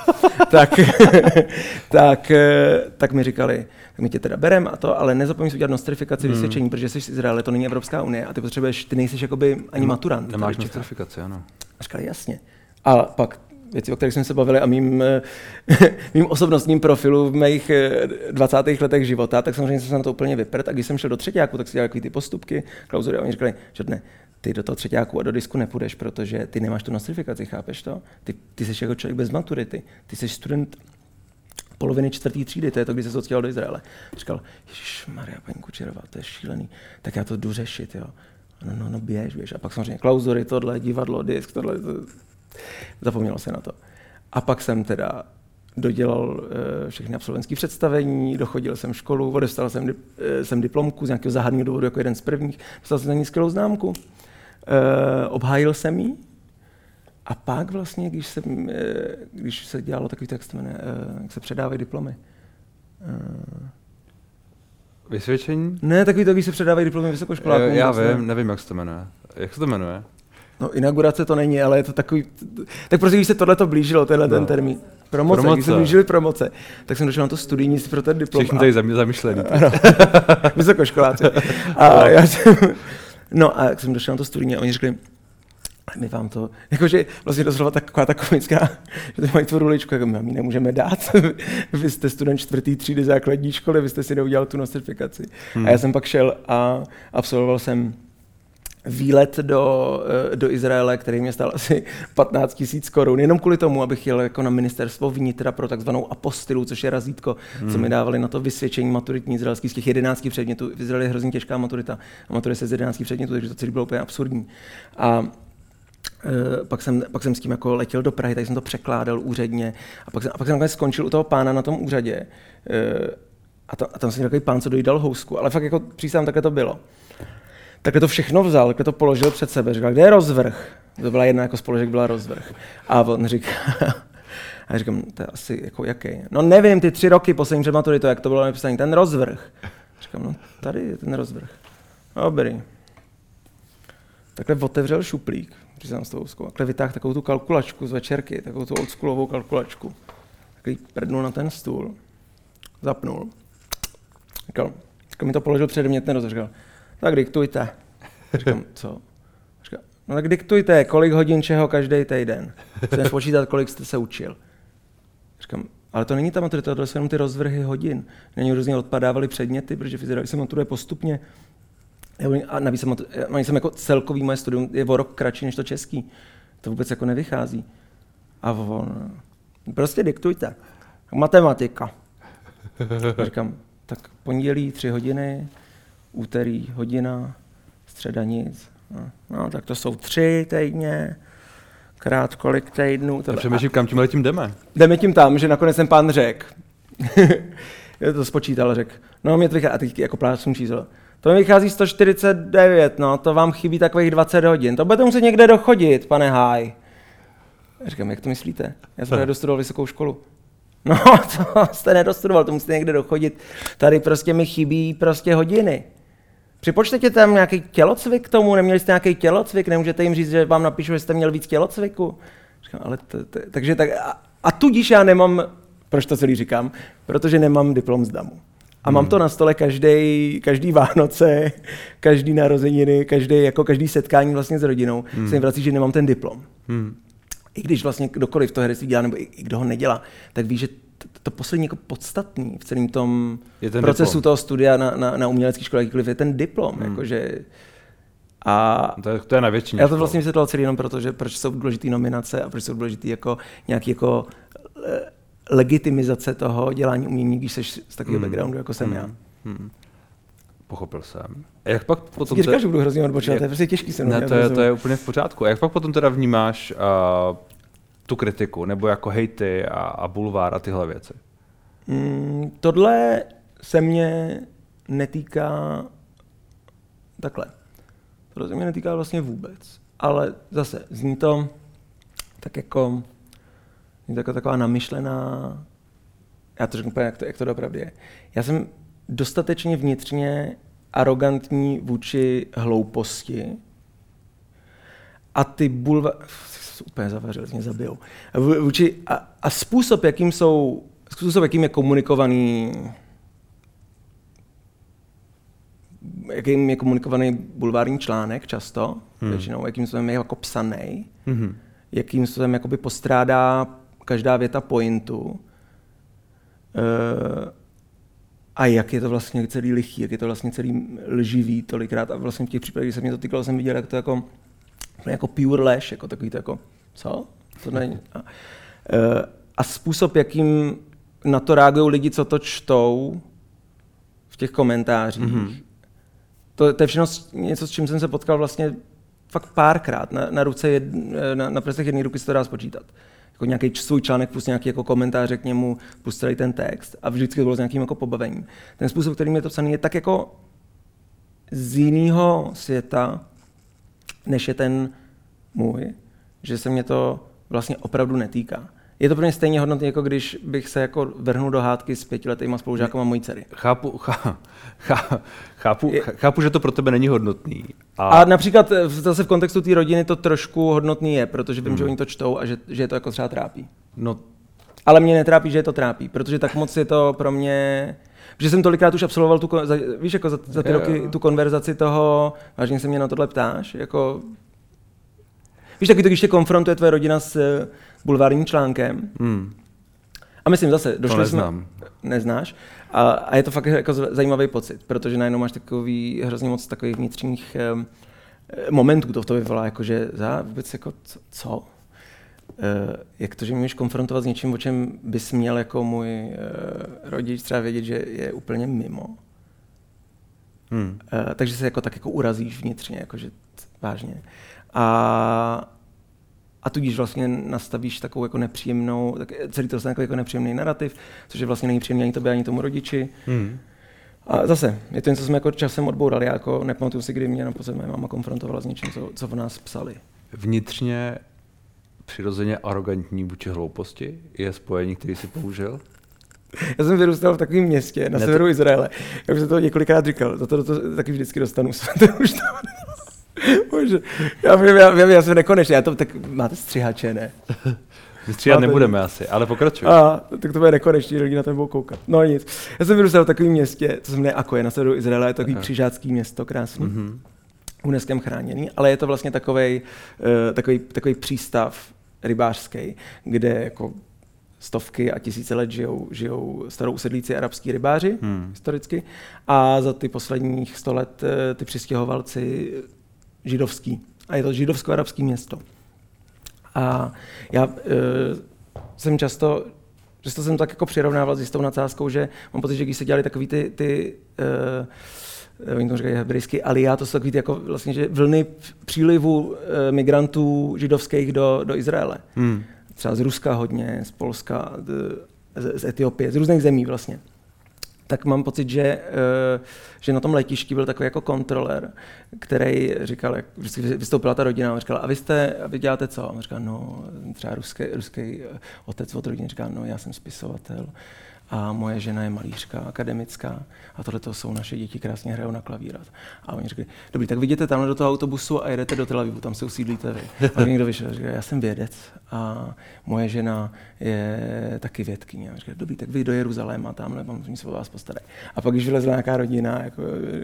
B: tak mi říkali, tak my tě teda berem a to, ale nezapomeň si udělat nostrifikaci vysvědčení, protože jsi z Izraele, to není Evropská unie a ty nejsi jakoby ani maturant.
A: Nemáš nostrifikaci, ano.
B: A říkali, jasně. A pak věci, o kterých jsme se bavili a mým osobnostním profilu v mých 20. letech života, tak samozřejmě jsem se na to úplně vyprt a když jsem šel do třetíku, tak si dělali ty postupky, klauzury a oni říkali, že ne, ty do toho třetíku a do disku nepůjdeš, protože ty nemáš tu nostrifikaci, chápeš to? Ty jsi jako člověk bez maturity, ty jsi student poloviny 4. třídy, to je to, když se odstěhoval do Izraele. Říkal, ježišmarja, paní Kučerová, to je šílený, tak já to jdu řešit, jo. No, běž. A pak samozřejmě klauzury, tohle, divadlo, disk, tohle, zapomnělo se na to. A pak jsem teda dodělal všechny absolventské představení, dochodil jsem školu, odevstal jsem diplomku z nějakého záhadného důvodu jako jeden z prvních, dostal jsem za ní skvělou známku, obhájil jsem ji a pak vlastně, když se dělalo takový, jak se jmenuje, jak se předávají diplomy.
A: Vysvědčení?
B: Ne, takový to, když se předávají diplomy vysokoškolákům.
A: Já vím, nevím, jak se to jmenuje. Jak se to jmenuje?
B: No, inaugurace to není, ale je to takový... Tak prostě, když se tohleto blížilo, ten termín. Promoce, když se blížily promoce, tak jsem došel na to studijní pro ten diplom.
A: Všichni tady zamyšlený.
B: Ano, vysokoškoláci. A já jak jsem došel na to studijní a oni řekli, my vám to, jakože vlastně doslova taková ta komická, že tady mají tu ruličku, jako my vám ji nemůžeme dát, vy jste student 4. třídy základní školy, vy jste si neudělal tu nostrifikaci. A já jsem pak šel a absolvoval jsem výlet do Izraele, který mě stál asi 15 000 korun, jenom kvůli tomu, abych jel jako na ministerstvo vnitra pro takzvanou apostilu, což je razítko, co mi dávali na to vysvědčení maturitní izraelských z těch 11 předmětů. V Izraeli je hrozně těžká maturita a maturuje se z 11 předmětů, takže to celé bylo úplně absurdní. A pak jsem s tím jako letěl do Prahy, tak jsem to překládal úředně a pak jsem nakonec skončil u toho pána na tom úřadě a tam jsem takový pán, co dojídal housku, ale fakt jako přísám, takhle to bylo. Takhle to všechno vzal, takhle to položil před sebe, říkal, kde je rozvrh? To byla jedna jako z položek, byla rozvrh. A on říká, a já říkám, to je asi jako jaký? No nevím, ty 3 roky poslední před maturitou, jak to bylo napsané, ten rozvrh. Říkám, no tady je ten rozvrh. Dobrý. Takhle otevřel šuplík, přizám s tou houskou, takhle vytáhl takovou tu kalkulačku z večerky, takovou tu oldschoolovou kalkulačku. Takhle prdnul na ten stůl, zapnul. Říkal, mi to položil přede mě ten rozvrh, říkal, tak diktujte. Říkám, co? Říkám, no tak diktujte, kolik hodin čeho každý týden. Chceme spočítat, kolik jste se učil. Říkám, ale to není ta maturita, to jsou jenom ty rozvrhy hodin. Na ně různě odpadávaly předměty, protože v Izraeli se maturuje postupně. A navíc jsem jako celkový moje studium je o rok kratší než to český. To vůbec jako nevychází. A on, prostě diktujte. Matematika. Říkám, tak pondělí 3 hodiny, úterý hodina, středa nic. No, tak to jsou 3 týdně, krát kolik týdnů.
A: Přemýšlím, kam tím letím jdeme.
B: Jdeme tím tam, že nakonec ten pán řekl. Já to spočítal, řekl. No, mě to vychází, a teď jako plácnu číslo. To mi vychází 149, no, to vám chybí takových 20 hodin. To budete muset někde dochodit, pane Háj. Já říkám, jak to myslíte? Já jsem nedostudoval vysokou školu. No, to jste nedostudoval, to musíte někde dochodit. Tady prostě mi chybí prostě hodiny. Připočtěte tam nějaký tělocvik k tomu, neměli jste nějaký tělocvik, nemůžete jim říct, že vám napíšu, že jste měl víc tělocviku. Říkám, ale takže tak, a tudíž já nemám, proč to celý říkám, protože nemám diplom z DAMu. A mám to na stole každý Vánoce, každý narozeniny, každý setkání vlastně s rodinou, se mi vrací, že nemám ten diplom. I když vlastně kdokoliv to herectví dělá, nebo i kdo ho nedělá, tak ví, že to poslední jako podstatný v celém tom procesu diplom. Toho studia na umělecké škole, jakýkoliv je ten diplom. Jakože, a
A: to je největší.
B: Já to vlastně vysvětlil celý jenom proto, že proč jsou důležitý nominace a proč jsou důležitý jako nějaký jako legitimizace toho dělání umění, když jsi z takového backgroundu, jako jsem já.
A: Pochopil jsem. A jak pak potom...
B: Říkáš, že budu hrozně odbočovat, to je prostě těžký se mnou.
A: Ne, to je úplně v pořádku. A jak pak potom teda vnímáš tu kritiku, nebo jako hejty a bulvár a tyhle věci?
B: Tohle se mě netýká takhle. Tohle se mě netýká vlastně vůbec. Ale zase zní to tak jako taková namyšlená, já to řeknu úplně, jak to doopravdy je. Já jsem dostatečně vnitřně arrogantní vůči hlouposti a ty úplně zavařili, mě zabijou. A způsob, jakým je komunikovaný bulvární článek často, většinou, jakým způsobem je jako psanej, jakým způsobem jakoby postrádá každá věta pointu a jak je to vlastně celý lichý, jak je to vlastně celý lživý tolikrát a vlastně v těch případech, když se mě to týkalo, jsem viděl, jak to jako pure lež, jako takový to jako, co? To není. A způsob, jakým na to reagují lidi, co to čtou v těch komentářích. Mm-hmm. To je všechno něco, s čím jsem se potkal vlastně fakt párkrát. Na ruce na prstech jedné ruky se to dá spočítat. Jako nějaký svůj článek plus nějaký jako komentáře k němu, plus celý ten text a vždycky to bylo s nějakým jako pobavením. Ten způsob, kterým je to psaný, je tak jako z jiného světa, než je ten můj, že se mě to vlastně opravdu netýká. Je to pro mě stejně hodnotné, jako když bych se jako vrhnul do hádky s 5letýma spolužákama mojí dcery.
A: Chápu, že to pro tebe není hodnotný.
B: A například zase v kontextu té rodiny to trošku hodnotný je, protože vím, že oni to čtou a že je to jako třeba trápí.
A: No.
B: Ale mě netrápí, že je to trápí, protože tak moc je to pro mě... Že jsem tolikrát už absolvoval víš, jako za ty roky tu konverzaci toho, vážně se mě na tohle ptáš, jako... Víš, taky to, když tě konfrontuje tvoje rodina s bulvárním článkem. A myslím zase, došli jsme... Neznáš. A je to fakt jako zajímavý pocit, protože najednou máš takový hrozně moc takových vnitřních momentů, to vyvolá, jakože vůbec jako co? Jak to, že mě můžeš konfrontovat s něčím, o čem bys měl jako můj rodič třeba vědět, že je úplně mimo. Takže se jako tak jako urazíš vnitřně, jakože vážně. A tudíž vlastně nastavíš takovou jako nepříjemnou, celý to je jako nepříjemný narrativ, což je vlastně není příjemný ani tobě, ani tomu rodiči. A zase, je to něco, co jsme jako časem odbourali, já jako nepamatuju si, kdy mě naposled moje máma konfrontovala s něčím, co o nás psali.
A: Vnitřně přirozeně arrogantní vůči hlouposti je spojení, který jsi použil?
B: Já jsem vyrůstal v takovém městě na severu Izraele. Já už jsem to několikrát říkal, to taky vždycky dostanu. Bože, já jsem nekonečný, tak máte střihače, ne?
A: My stříhat nebudeme asi, ale pokračuj.
B: Tak to bude nekonečný, lidi na to budou koukat. No nic. Já jsem vyrůstal v takovém městě, co se jmenuje Ako, je na severu Izraele, je to takový křižácký město, krásný. UNESCO chráněný, ale je to vlastně takový přístav rybářský, kde jako stovky a tisíce let žijou starou usedlíci arabský rybáři historicky a za ty posledních 100 let ty přistěhovalci židovský. A je to židovsko-arabský město. A já často jsem tak jako přirovnával s jistou nadsázkou, že mám pocit, že když se dělali takový oni to říkají hebrejsky aliyá, to jsou takový jako vlastně, že vlny přílivu migrantů židovských do Izraele. Třeba z Ruska hodně, z Polska, z Etiopie, z různých zemí vlastně. Tak mám pocit, že na tom letišti byl takový jako kontroler, který říkal, jak vystoupila ta rodina, a říkal, a vy děláte co? A on říkal, no, třeba ruský otec od rodiny říkal, no, já jsem spisovatel a moje žena je malířka, akademická a tohle jsou naše děti, krásně hrajou na klavír. A oni říkali, dobrý, tak vidíte tamhle do toho autobusu a jedete do Tel Avivu, tam se usídlíte vy. A někdo vyšel a říkal, já jsem vědec a moje žena je taky vědkyně. A říkali, dobrý, tak vy do Jeruzaléma, tamhle, oni se o vás postarají. A pak, když vylezla nějaká rodina, jako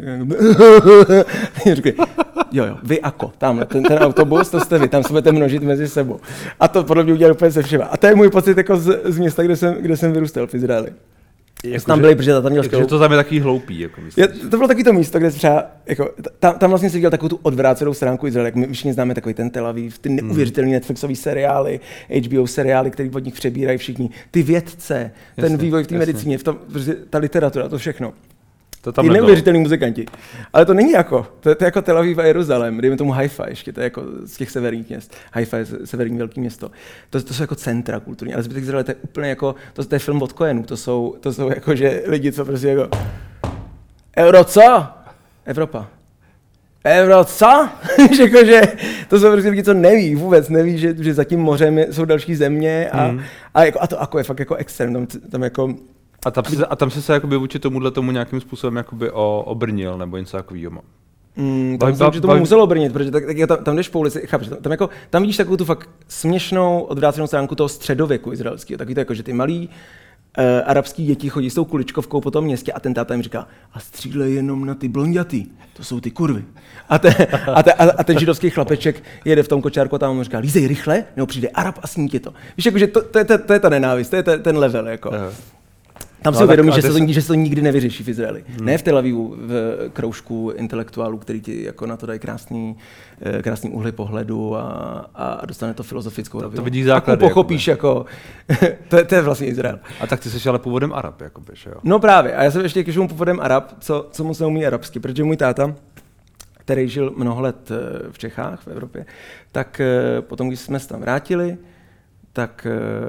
B: říkali, jo, vy Ako, tamhle, ten autobus, to jste vy, tam se budete množit mezi sebou. A to podle mě udělali úplně se všema. A to je můj pocit jako z města, kde jsem vyrůstal v Izraeli.
A: Jako
B: tam byli, protože tam měl
A: že to tam je takový hloupý, jako myslím.
B: To bylo taky to místo, kde třeba, jako, tam vlastně si viděl takovou tu odvrácenou stránku Izraele, jak my všichni známe takový ten Tel Aviv, ty neuvěřitelný Netflixový seriály, HBO seriály, který od nich přebírají všichni, ty vědce, ten vývoj v té medicíně, ta literatura, to všechno. Ty neuvěřitelný muzikanti. Ale to není jako, to je jako Tel Aviv a Jeruzalém, dejme tomu Haifa ještě, to je jako z těch severních měst. Haifa je severní velké město. To jsou jako centra kulturní, ale zbytek Izraele to je úplně jako, to je film od Coenů, to jsou jako, že lidi, co prostě jako Euro co? Evropa. Euro co? Jakože to jsou prostě lidi, co neví, že za tím mořem jsou další země a to Ako je fakt jako extrém, tam jako
A: a tam se jakoby vůči tomu nějakým způsobem jakoby obrnil, nebo něco takového.
B: Tam myslím, že to muselo obrnit, protože tam jdeš po ulici, chápeš, tam vidíš takovou tu fakt směšnou odvrácenou stránku toho středověku izraelského, takový to jako, že ty malí arabský děti chodí s tou kuličkovkou po tom městě a ten táta jim říká, a střílej jenom na ty blonďatý, to jsou ty kurvy. A ten židovský chlapeček jede v tom kočárku a tam mu říká, lízej rychle, nebo přijde Arab a sní tě to. Víš, jakože to je ta nenávist, to je ten level, jako. Tam si uvědomíš, že se to nikdy nevyřeší v Izraeli. Ne v Tel Avivu, v kroužku intelektuálů, který ti jako na to dají krásný úhly pohledu a dostane to filozofickou rovinu.
A: To vidíš základy.
B: Pochopíš jako to je vlastně Izrael.
A: A tak ty jsi ale původem Arab, jakoby, že jo?
B: No právě, a já jsem ještě kežu původem Arab, co moc neumí arabsky, protože můj táta, který žil mnoho let v Čechách, v Evropě, tak potom, když jsme se tam vrátili, tak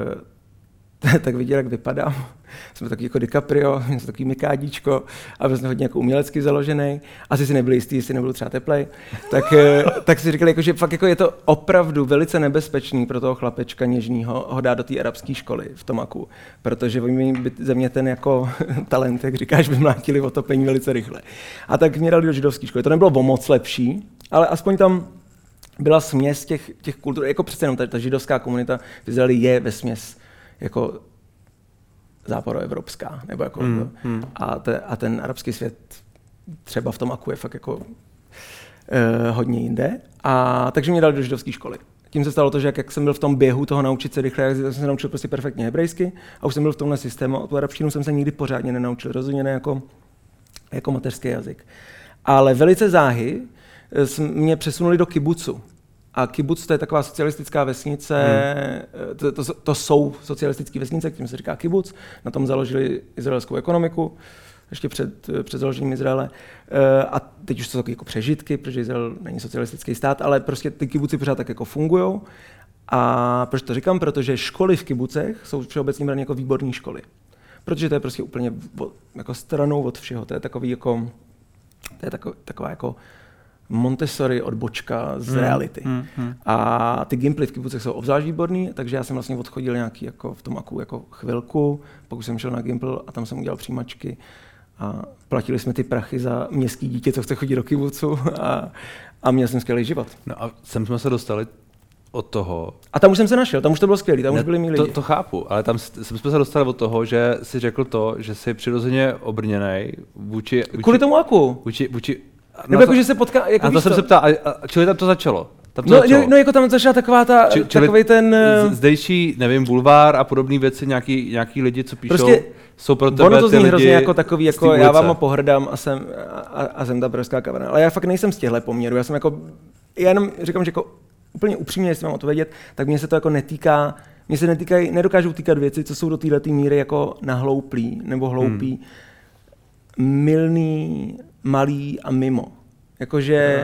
B: viděl, jak vypadám. Jsme takový jako DiCaprio, jsem takový mikádíčko a byl jsem hodně jako umělecky založený. Asi si nebyli jistý, jestli nebyl třeba teplej. Tak si říkali, jako, že fakt jako je to opravdu velice nebezpečný pro toho chlapečka něžnýho ho dát do té arabské školy v Tomaku, protože oni by ze mě ten jako talent, jak říkáš, by mlátili otopení velice rychle. A tak mě dali do židovské školy. To nebylo o moc lepší, ale aspoň tam byla směs těch kultur, jako přece jenom ta židovská komunita v Izraeli je vesměs jako západoevropská, nebo jako a ten arabský svět třeba v tom Aku je fakt jako hodně jinde. A takže mě dali do židovské školy. Tím se stalo to, že jak jsem byl v tom běhu toho naučit se rychle, jsem se naučil prostě perfektně hebrejsky a už jsem byl v tomhle systému. A tu arabštinu jsem se nikdy pořádně nenaučil, rozhodně ne jako mateřský jazyk. Ale velice záhy mě přesunuli do kibucu. A kibuc to je taková socialistická vesnice, to jsou socialistické vesnice, kterým se říká kibuc, na tom založili izraelskou ekonomiku, ještě před založením Izraele. A teď už jsou takové jako přežitky, protože Izrael není socialistický stát, ale prostě ty kibuci pořád tak jako fungujou. A proč to říkám? Protože školy v kibucech jsou všeobecně brané jako výborné školy. Protože to je prostě úplně jako stranou od všeho. To je takový jako, taková jako Montessori odbočka z reality. A ty gimply v kibucech jsou obzvlášť výborný, takže já jsem vlastně odchodil nějaký jako v tom Aku jako chvilku, pokud jsem šel na gimpl a tam jsem udělal přijímačky a platili jsme ty prachy za městský dítě, co chce chodit do kibucu a měl jsem skvělý život.
A: No a sem jsme se dostali od toho.
B: A tam už jsem se našel, tam už to bylo skvělý, tam už byli mý lidi.
A: To chápu, ale tam jsme se dostali od toho, že jsi řekl to, že jsi přirozeně obrněnej vůči
B: kvůli tomu Aku.
A: Vůči
B: nebo jako, že se potká, jako
A: a to jsem se ptal, čili tam to začalo?
B: No jako tam začala taková takovej ten
A: zdejší, nevím, bulvár a podobné věci, nějaký lidi, co píšou,
B: prostě
A: jsou pro tebe
B: ono to
A: ty
B: zní
A: lidi
B: hrozně jako takový, jako já vám ho pohrdám a jsem ta pražská kavárna. Ale já fakt nejsem z těchto poměrů, já jenom říkám, že jako úplně upřímně, jestli mám odpovědět, tak mě se to jako netýká, nedokážou týkat věci, co jsou do této míry jako nahlouplý nebo hloupý, mylný, malý a mimo. Jakože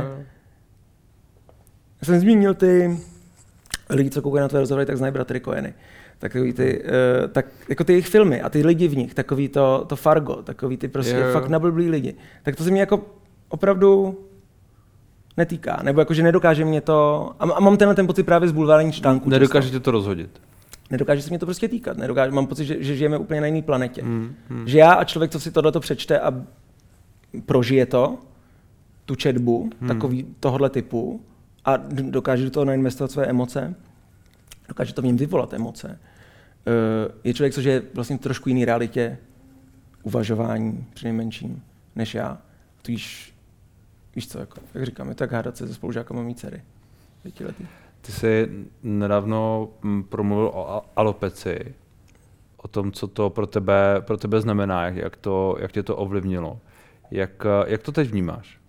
B: já jsem zmínil ty lidi, co koukají na tvé rozhovory, tak znají bratry Coeny. Takový ty, tak jako ty jejich filmy a ty lidi v nich, takový to Fargo, takový ty prostě fakt nablblí lidi. Tak to se mě jako opravdu netýká, nebo jakože nedokáže mě to, a mám ten pocit právě z bulvárních článků.
A: Nedokáže tě to rozhodit.
B: Nedokáže se mě to prostě týkat, mám pocit, že žijeme úplně na jiné planetě. Že já a člověk, co si tohleto přečte a prožije to, tu četbu, takový tohohle typu, a dokáže do toho nainvestovat své emoce, dokáže to v něm vyvolat emoce. Je člověk, což je vlastně v trošku jiný realitě uvažování přinejmenším než já. Víš co, jako, jak říkám, je to jak hádat se se spolužákama mý dcery. 5letý.
A: Ty jsi nedávno promluvil o alopeci, o tom, co to pro tebe znamená, jak tě to ovlivnilo. Jak to teď vnímáš?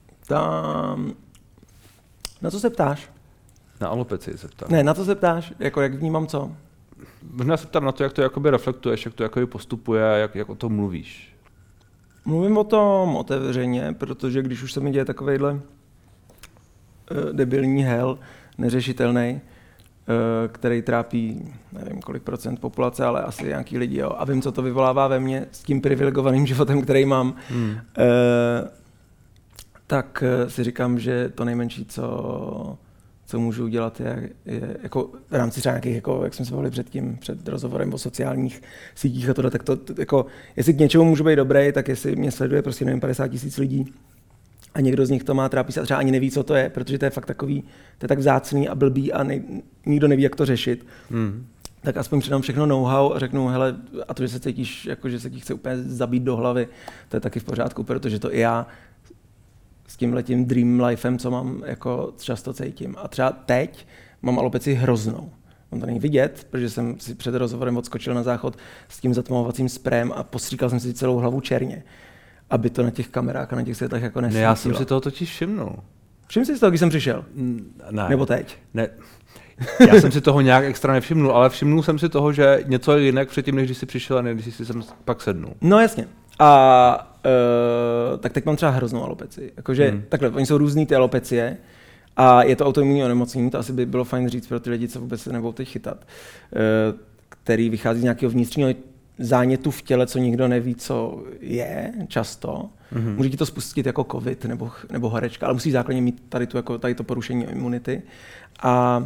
B: Na co se ptáš?
A: Na alopeci se ptám.
B: Ne, na co se ptáš? Jako, jak vnímám co?
A: Možná se ptám na to, jak to jakoby reflektuješ, jak to jakoby postupuje, jak o tom mluvíš.
B: Mluvím o tom otevřeně, protože když už se mi děje takovejhle debilní hell, neřešitelný, který trápí, nevím kolik procent populace, ale asi nějaký lidi, jo, a vím, co to vyvolává ve mně s tím privilegovaným životem, který mám, tak si říkám, že to nejmenší, co můžu udělat, je jako v rámci třeba nějakých, jako, jak jsme se bavili před rozhovorem o sociálních sítích a tohle, tak to jako, jestli k něčemu můžu být dobrý, tak jestli mě sleduje prostě nevím 50 000 lidí a někdo z nich to má trápí se a třeba ani neví, co to je, protože to je fakt takový, to je tak vzácný a blbý a nikdo neví, jak to řešit. Tak aspoň předám všechno know-how a řeknu, hele, a to, že se cítíš, jako, že se ti chce úplně zabít do hlavy, to je taky v pořádku, protože to i já s tímhletím dream lifem, co mám, jako často cítím. A třeba teď mám alopeci hroznou. on to není vidět, protože jsem si před rozhovorem odskočil na záchod s tím zatmamovacím sprém a postříkal jsem si celou hlavu černě, aby to na těch kamerách a na těch světlech jako nesvítilo.
A: Ne, já jsem si toho totiž všimnul.
B: Všiml jsi z toho, když jsem přišel?
A: Ne.
B: Nebo teď?
A: Ne. Já jsem si toho nějak extra nevšimnul, ale všimnul jsem si toho, že něco je jinak předtím, než když jsi přišel a než když jsi sem pak sednul.
B: No jasně. A tak teď mám třeba hroznou alopecii. Jakože takhle, oni jsou různý ty alopecie a je to autoimunní onemocnění, to asi by bylo fajn říct pro ty lidi, co vůbec se nebudou teď chytat, který vychází z nějakého vnitřního zánětu v těle, co nikdo neví, co je často. Může ti to spustit jako covid nebo horečka, ale musí základně mít tady to porušení imunity. A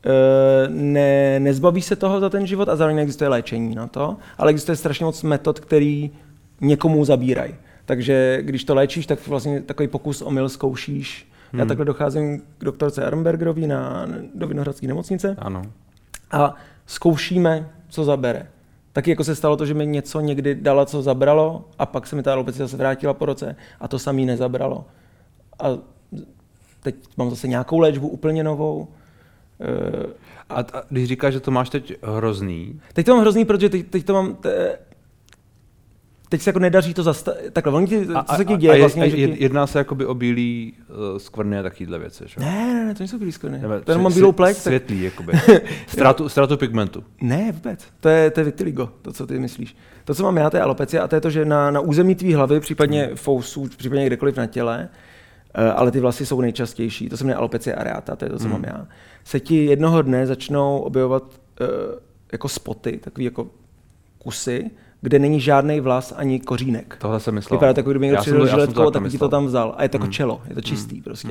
B: nezbaví se toho za ten život a zároveň neexistuje léčení na to, ale existuje strašně moc metod, který někomu zabírají. Takže když to léčíš, tak vlastně takový pokus omyl zkoušíš. Já takhle docházím k doktorce Armbergerový do Vinohradské nemocnice.
A: Ano.
B: A zkoušíme, co zabere. Taky jako se stalo to, že mi něco někdy dala, co zabralo, a pak se mi ta alopecie zase vrátila po roce a to samý nezabralo. A teď mám zase nějakou léčbu úplně novou.
A: A když říkáš, že to máš teď hrozný?
B: Teď to mám hrozný, protože teď to mám... Teď se jako nedaří to zastavit. Takhle, co se ti děje vlastně?
A: Jedná se jakoby o bílý skvrny a takovýhle věci, že?
B: Ne, to nejsou bílý skvrny. To jenom mám bílou pleť.
A: Světlý, jakoby. Ztrátu pigmentu.
B: Ne, vůbec. To je vitiligo, to, co ty myslíš. To, co mám já, to je alopecia a to je to, že na území tvý hlavy, případně fousů, případně kdekoliv na těle, ale ty vlasy jsou nejčastější, to se jmenuje alopecia areata, to je to, co mám já, se ti jednoho dne začnou objevovat jako spoty, takový jako kusy, kde není žádný vlas ani kořínek.
A: Tohle jsem myslel.
B: Vypadá takový, kdyby někdo přidal žiletkou, tak ti to tam vzal. A je to jako čelo, je to čistý prostě.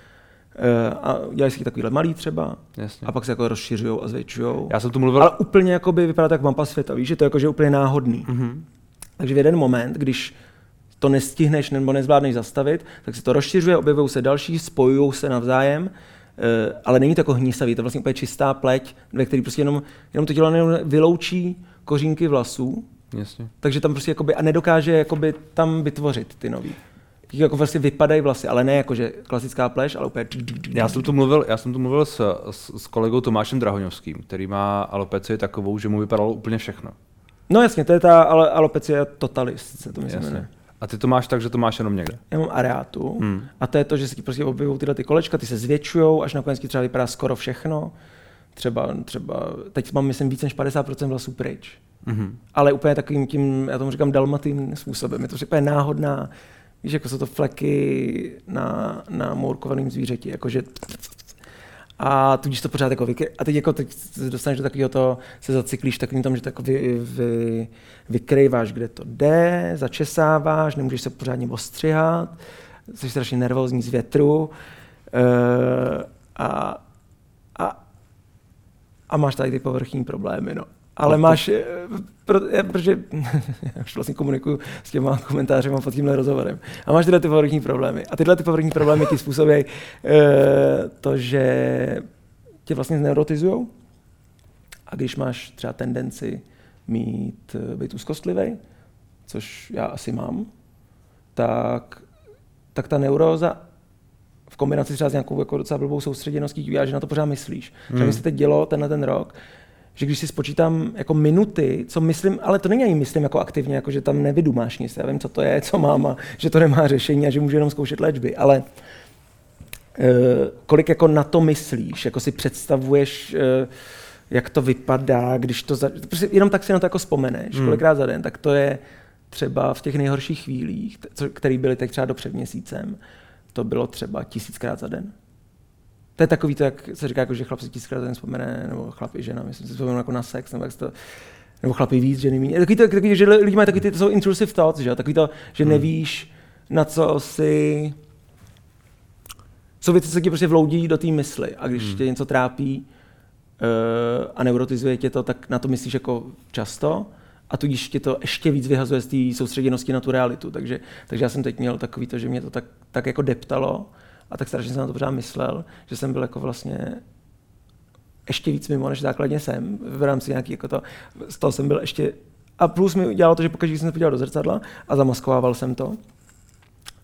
B: A dělají si takovýhle malý třeba.
A: Jasně.
B: A pak se jako rozšiřujou a zvětšujou.
A: Já jsem tu mluvil...
B: Ale úplně jakoby vypadá tak mapa světa, víš, že to je jakože úplně náhodný. Takže v jeden moment, když to nestihneš nebo nezvládneš zastavit, tak se to rozšiřuje, objevují se další, spojují se navzájem, ale není to jako hnisavý, to je vlastně úplně čistá pleť, ve který prostě jenom to tělo vyloučí kořínky vlasů.
A: Jasně. Takže
B: tam prostě jakoby, a nedokáže jakoby tam vytvořit ty nový. Jako vlastně vypadají vlasy, ale ne jakože klasická pleš, ale úplně...
A: Já jsem tu mluvil s kolegou Tomášem Drahoňovským, který má alopecii takovou, že mu vypadalo úplně všechno.
B: No jasně, to je ta alopecia totalis, se to jmenuje.
A: A ty to máš tak, že to máš jenom někde?
B: Já mám areátu a to je to, že se ti prostě objevují tyhle ty kolečka, ty se zvětšujou, až nakonec ti třeba vypadá skoro všechno. Třeba teď mám, myslím, víc než 50% vlasů pryč. Ale úplně takovým tím, já tomu říkám dalmatým způsobem. Je to úplně náhodná, víš, jako jsou to fleky na mourkovaném zvířeti, jakože... A tudíž to pořád jako a teď se dostaneš do takového toho, se zacyklíš takovým tom, že to jako vykrýváš, kde to jde, začesáváš, nemůžeš se pořádně ostřihat, jsi strašně nervózní z větru a máš tady ty povrchní problémy, no. Ale máš, protože já už vlastně komunikuju s těma komentářema pod tímhle rozhovorem. A máš tyhle ty povrchní problémy. A tyhle ty povrchní problémy ti způsobí to, že tě vlastně zneurotizujou. A když máš třeba tendenci být úzkostlivý, což já asi mám, tak ta neuróza v kombinaci třeba s nějakou jako docela blbou soustředěností dělá, že na to pořád myslíš. Že mi se teď dělo ten rok, že když si spočítám jako minuty, co myslím, ale to není ani myslím jako aktivně, jako že tam nevydumáš nic, já vím, co to je, co mám a že to nemá řešení a že můžu jenom zkoušet léčby, ale kolik jako na to myslíš, jako si představuješ, jak to vypadá, když to prostě jenom tak si na to jako vzpomeneš, kolikrát za den, tak to je třeba v těch nejhorších chvílích, které byly teď třeba do před měsícem, to bylo třeba 1000krát za den. To je takový to, jak se říká, jako, že chlap si 1000krát za den vzpomene, nebo chlap i žena, myslím si vzpomenu jako na sex, nebo chlapi víc, ženy méně. Takový, že lidi mají takový to jsou intrusive thoughts, že? Takový to, že nevíš, na co si... Jsou věci, co ti prostě vloudí do té mysli a když tě něco trápí a neurotizuje tě to, tak na to myslíš jako často a tudíž tě to ještě víc vyhazuje z té soustředěnosti na tu realitu. Takže já jsem teď měl takový to, že mě to tak jako deptalo a tak strašně jsem na to pořád myslel, že jsem byl jako vlastně ještě víc mimo, než základně jsem v rámci nějaký jako to, z toho jsem byl ještě, a plus mi dělalo to, že pokaždé jsem se podíval do zrcadla a zamaskovával jsem to,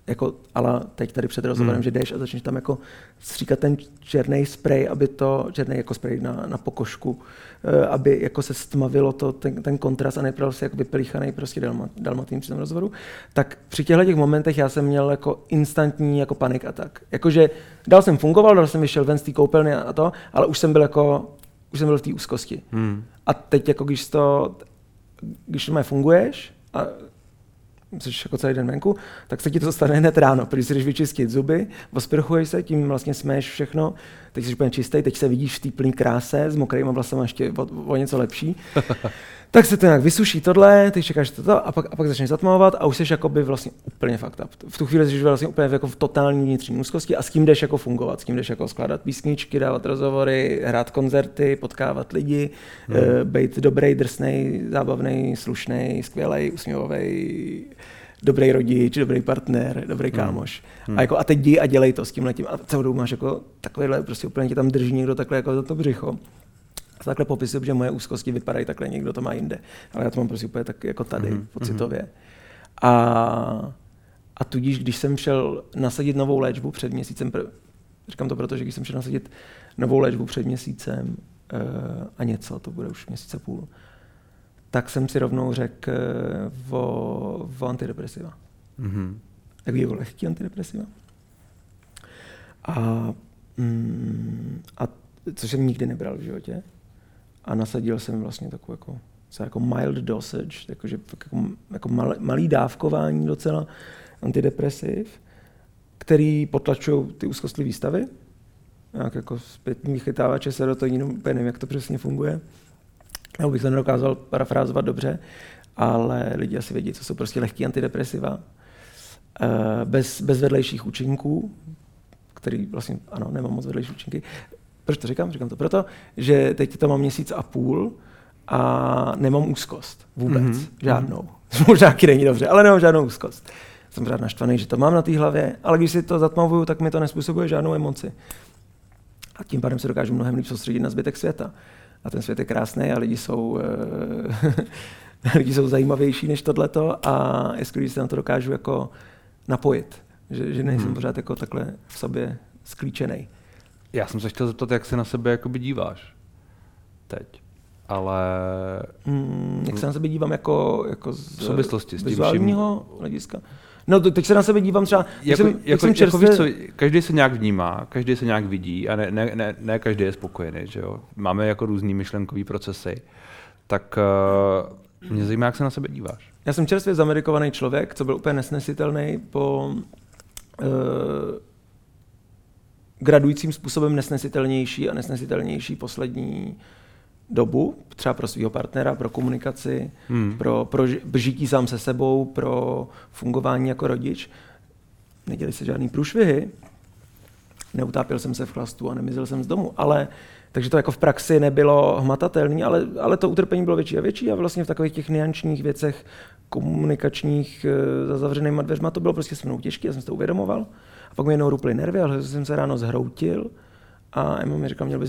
B: jako ale teď tady před rozhovorem, že jdeš a začneš tam jako stříkat ten černý sprej, aby to, černý jako sprej na pokožku, aby jako se stmavilo to, ten kontrast a nevypadal si jako vyplíchaný prostě dalmatým při tom rozhovoru, tak při těch momentech já jsem měl jako instantní jako panic attack. Jakože dál jsem vyšel ven z té koupelny a to, ale už jsem byl v té úzkosti. A teď jako když funguješ a jsi jako celý den venku, tak se ti to stane hned ráno, protože si jdeš vyčistit zuby, osprchuješ se, tím vlastně smeješ všechno, teď jsi úplně čistý, teď se vidíš v té plný kráse, s mokrýma vlasama ještě o něco lepší. Tak se to nějak vysuší tohle, ty čekáš toto a pak začneš zatmavovat a už jsi jakoby vlastně úplně fucked up. V tu chvíli jsi vlastně úplně jako v totální vnitřní úzkosti a s kým jdeš jako fungovat, s kým jdeš jako skládat písničky, dávat rozhovory, hrát koncerty, potkávat lidi, být dobrý, drsnej, zábavný, slušný, skvělej, usměvavý, dobrý rodič, dobrý partner, dobrý kámoš. A teď jdi a dělej to s tímhletím. A celou dobu máš jako takovýhle, prostě úplně tě tam drží někdo takhle jako za to břicho. A takhle popisuju, že moje úzkosti vypadají takhle, někdo to má jinde. Ale já to mám prostě úplně tak jako tady, pocitově. A tudíž, když jsem šel nasadit novou léčbu před měsícem, říkám to proto, že když jsem šel nasadit novou léčbu před měsícem a něco, to bude už měsíc a půl, tak jsem si rovnou řekl o antidepresiva. Takový jako lehký antidepresiva. A což jsem nikdy nebral v životě. A nasadil jsem vlastně takovou jako mild dosage, jako malý dávkování docela antidepresiv, který potlačují ty úzkostlivé stavy. Jak jako zpětní vychytávače serotoninu, úplně nevím, jak to přesně funguje. Já bych to nedokázal parafrázovat dobře, ale lidi asi vědí, co jsou prostě lehký antidepresiva. Bez vedlejších účinků, který vlastně, ano, nemám moc vedlejší účinky. Proč to říkám? Říkám to proto, že teď to mám měsíc a půl a nemám úzkost vůbec, žádnou. Možná taky není dobře, ale nemám žádnou úzkost. Jsem pořád naštvaný, že to mám na té hlavě, ale když si to zatmavuju, tak mi to nespůsobuje žádnou emoci. A tím pádem se dokážu mnohem líp soustředit na zbytek světa. A ten svět je krásný a lidi jsou zajímavější než tohleto a je skvělý, že se na to dokážu jako napojit. Že nejsem pořád jako takhle v sobě sklíčenej.
A: Já jsem se chtěl zeptat, jak se na sebe jakoby díváš teď, ale...
B: Jak se na sebe dívám jako
A: v souvislosti s tím
B: vizuálního hlediska? No teď se na sebe dívám třeba...
A: Víš co, každý se nějak vnímá, každý se nějak vidí a ne každý je spokojený, že jo? Máme jako různý myšlenkový procesy, tak mě zajímá, jak se na sebe díváš.
B: Já jsem čerstvě zamerikovaný člověk, co byl úplně nesnesitelný po... gradujícím způsobem nesnesitelnější poslední dobu, třeba pro svého partnera, pro komunikaci, pro žití sám se sebou, pro fungování jako rodič. Neděli se žádný průšvihy, neutápěl jsem se v chlastu a nemizel jsem z domu, takže to jako v praxi nebylo hmatatelné, ale to utrpení bylo větší a větší a vlastně v takových těch niančních věcech komunikačních za zavřenýma dveřma to bylo prostě se mnou těžké, já jsem si to uvědomoval. A pak mi jednou ruply nervy, ale jsem se ráno zhroutil a Emma mi říkala, měl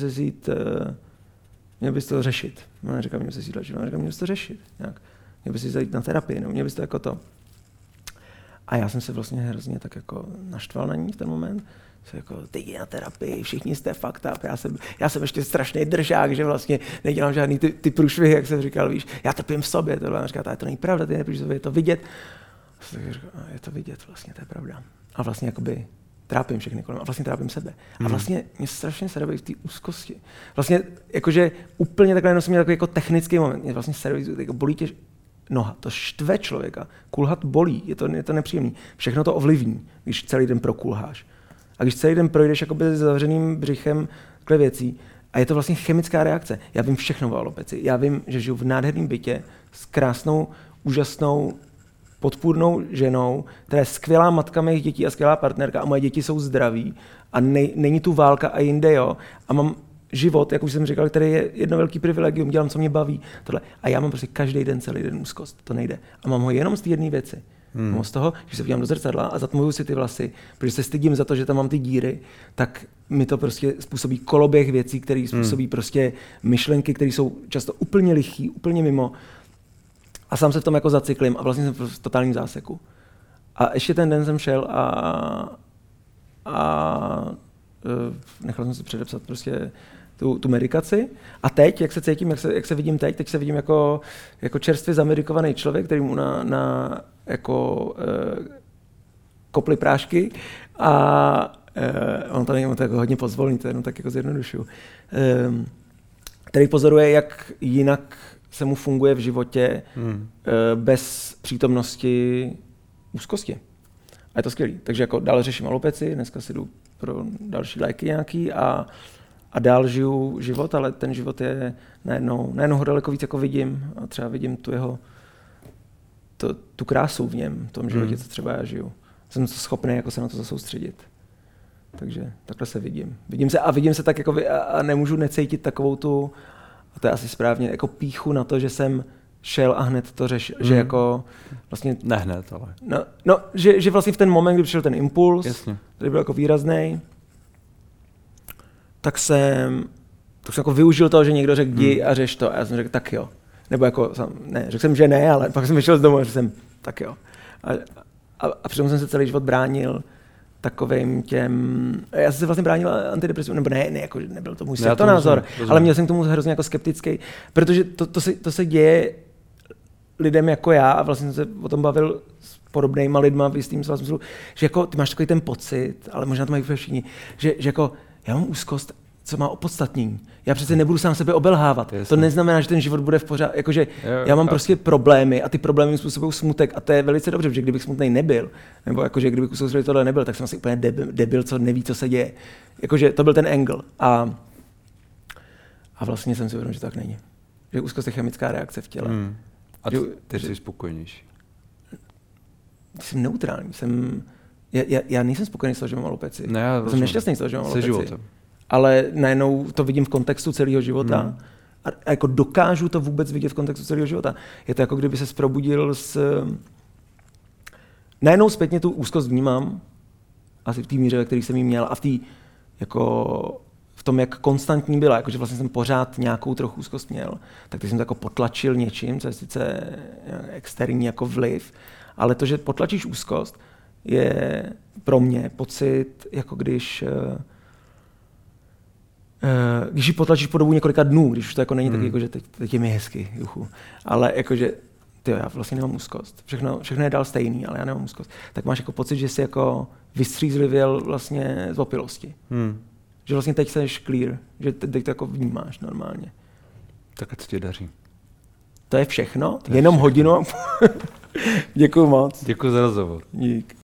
B: bys to řešit. Ona říkala, měl bys si jít, měl bys to řešit. Nějak. Měl bys si zajít na terapii, měl bys to jako to. A já jsem se vlastně hrozně tak jako naštval na ní v ten moment. Jsem jako, ty jdi na terapii, všichni jste fucked up, já jsem ještě strašný držák, že vlastně nedělám žádný ty průšvihy, jak jsem říkal, víš, já trpím v sobě, tohle. A říkala, to není pravda, ty netrpíš v sobě, je to vidět. Je to vidět, vlastně, to je pravda. A vlastně jakoby trápím všechny kolem a vlastně trápím sebe. A vlastně mě strašně servejí v té úzkosti. Vlastně jakože úplně takhle jenom jsem měl takový jako technický moment. Mě vlastně servejí, jako bolí tě noha, to štve člověka. Kulhat bolí, je to nepříjemný. Všechno to ovlivní, když celý den prokulháš. A když celý den projdeš jakoby s zavřeným břichem takhle věcí, a je to vlastně chemická reakce. Já vím všechno o alopeci. Já vím, že žiju v nádherném bytě s krásnou, úžasnou podpůrnou ženou, která je skvělá matka mých dětí a skvělá partnerka a moje děti jsou zdraví a není tu válka a jinde, jo. A mám život, jak už jsem říkal, který je jedno velký privilegium, dělám, co mě baví, tohle. A já mám prostě každý den, celý den úzkost, to nejde. A mám ho jenom z té jedné věci. Mám z toho, že se podívám do zrcadla a zatmuju si ty vlasy, protože se stydím za to, že tam mám ty díry, tak mi to prostě způsobí koloběh věcí, které způsobí prostě myšlenky, které jsou často úplně lichý, úplně mimo. A sám se v tom jako zacyklím a vlastně jsem v totálním záseku. A ještě ten den jsem šel a nechal jsem si předepsat prostě tu medikaci. A teď, jak se cítím, jak se vidím teď se vidím jako čerstvě zamedikovaný člověk, který mu na kopli prášky a on to není tak hodně pozvolný, to jenom tak jako zjednodušuju. Který pozoruje, jak jinak se mu funguje v životě bez přítomnosti úzkosti. A je to skvělý. Takže jako dál řeším alopeci, dneska si jdu pro další léky nějaký a dál žiju život, ale ten život je najednou ho daleko víc jako vidím a třeba vidím tu krásu v něm, v tom životě, co třeba já žiju. Jsem schopný jako se na to zasoustředit. Takže takhle se vidím. Vidím se tak jako a nemůžu necítit takovou tu, a to je asi správně, jako pýchu na to, že jsem šel a hned to řešil, že jako vlastně...
A: Ne hned, ale...
B: No že vlastně v ten moment, kdy přišel ten impuls,
A: jasně,
B: který byl jako výrazný, tak jsem jako využil toho, že někdo řekl jdi a řeš to. A já jsem řekl tak jo. Nebo jako, řekl jsem, že ne, ale pak jsem vyšel z domu a řekl jsem tak jo. A přitom jsem se celý život bránil takovým těm... Já jsem se vlastně bránil antidepresivům, nebo ne, jako nebyl to můj světonázor, ale měl jsem k tomu hrozně jako skeptický, protože to se děje lidem jako já a vlastně jsem se o tom bavil s podobnýma lidma v jistým svém smyslu, že jako ty máš takový ten pocit, ale možná to mají všichni, že jako já mám úzkost, co má opodstatnění. Já přece nebudu sám sebe obelhávat. Jasně. To neznamená, že ten život bude v pořádku. Jakože já mám prostě problémy a ty problémy způsobují smutek a to je velice dobře, protože kdybych smutnej nebyl, nebo jakože kdybych usoudil tohle nebyl, tak jsem asi úplně debil, co neví, co se děje. Jakože to byl ten angle. A vlastně jsem si uvědomil, že to tak není. Že úzkost je chemická reakce v těle.
A: A ty jsi spokojenější?
B: Jsem neutrální. Já nejsem spokojený s toho, že mám alopeci.
A: Ne,
B: jsem nešťastný z toho, že mám alopeci.
A: Životem.
B: Ale najednou to vidím v kontextu celého života a jako dokážu to vůbec vidět v kontextu celého života. Je to jako kdyby se probudil najednou zpětně tu úzkost vnímám, asi v té míře, ve který jsem ji měl a v tom, jak konstantní byla, jakože vlastně jsem pořád nějakou trochu úzkost měl, tak teď jsem to jako potlačil něčím, co je sice externí jako vliv, ale to, že potlačíš úzkost, je pro mě pocit, jako když ji potlačíš po dobu několika dnů, když už to jako není taky, jako, že teď je mi hezky, juchu. Ale jakože, já vlastně nemám úzkost. Všechno je dál stejný, ale já nemám úzkost. Tak máš jako pocit, že jsi jako vystřízlivěl vlastně z opilosti. Že vlastně teď jsi clear, že teď to jako vnímáš normálně.
A: Tak ať se ti daří.
B: To je všechno? Jenom hodinu? Děkuju moc.
A: Děkuji za rozhovor.
B: Dík.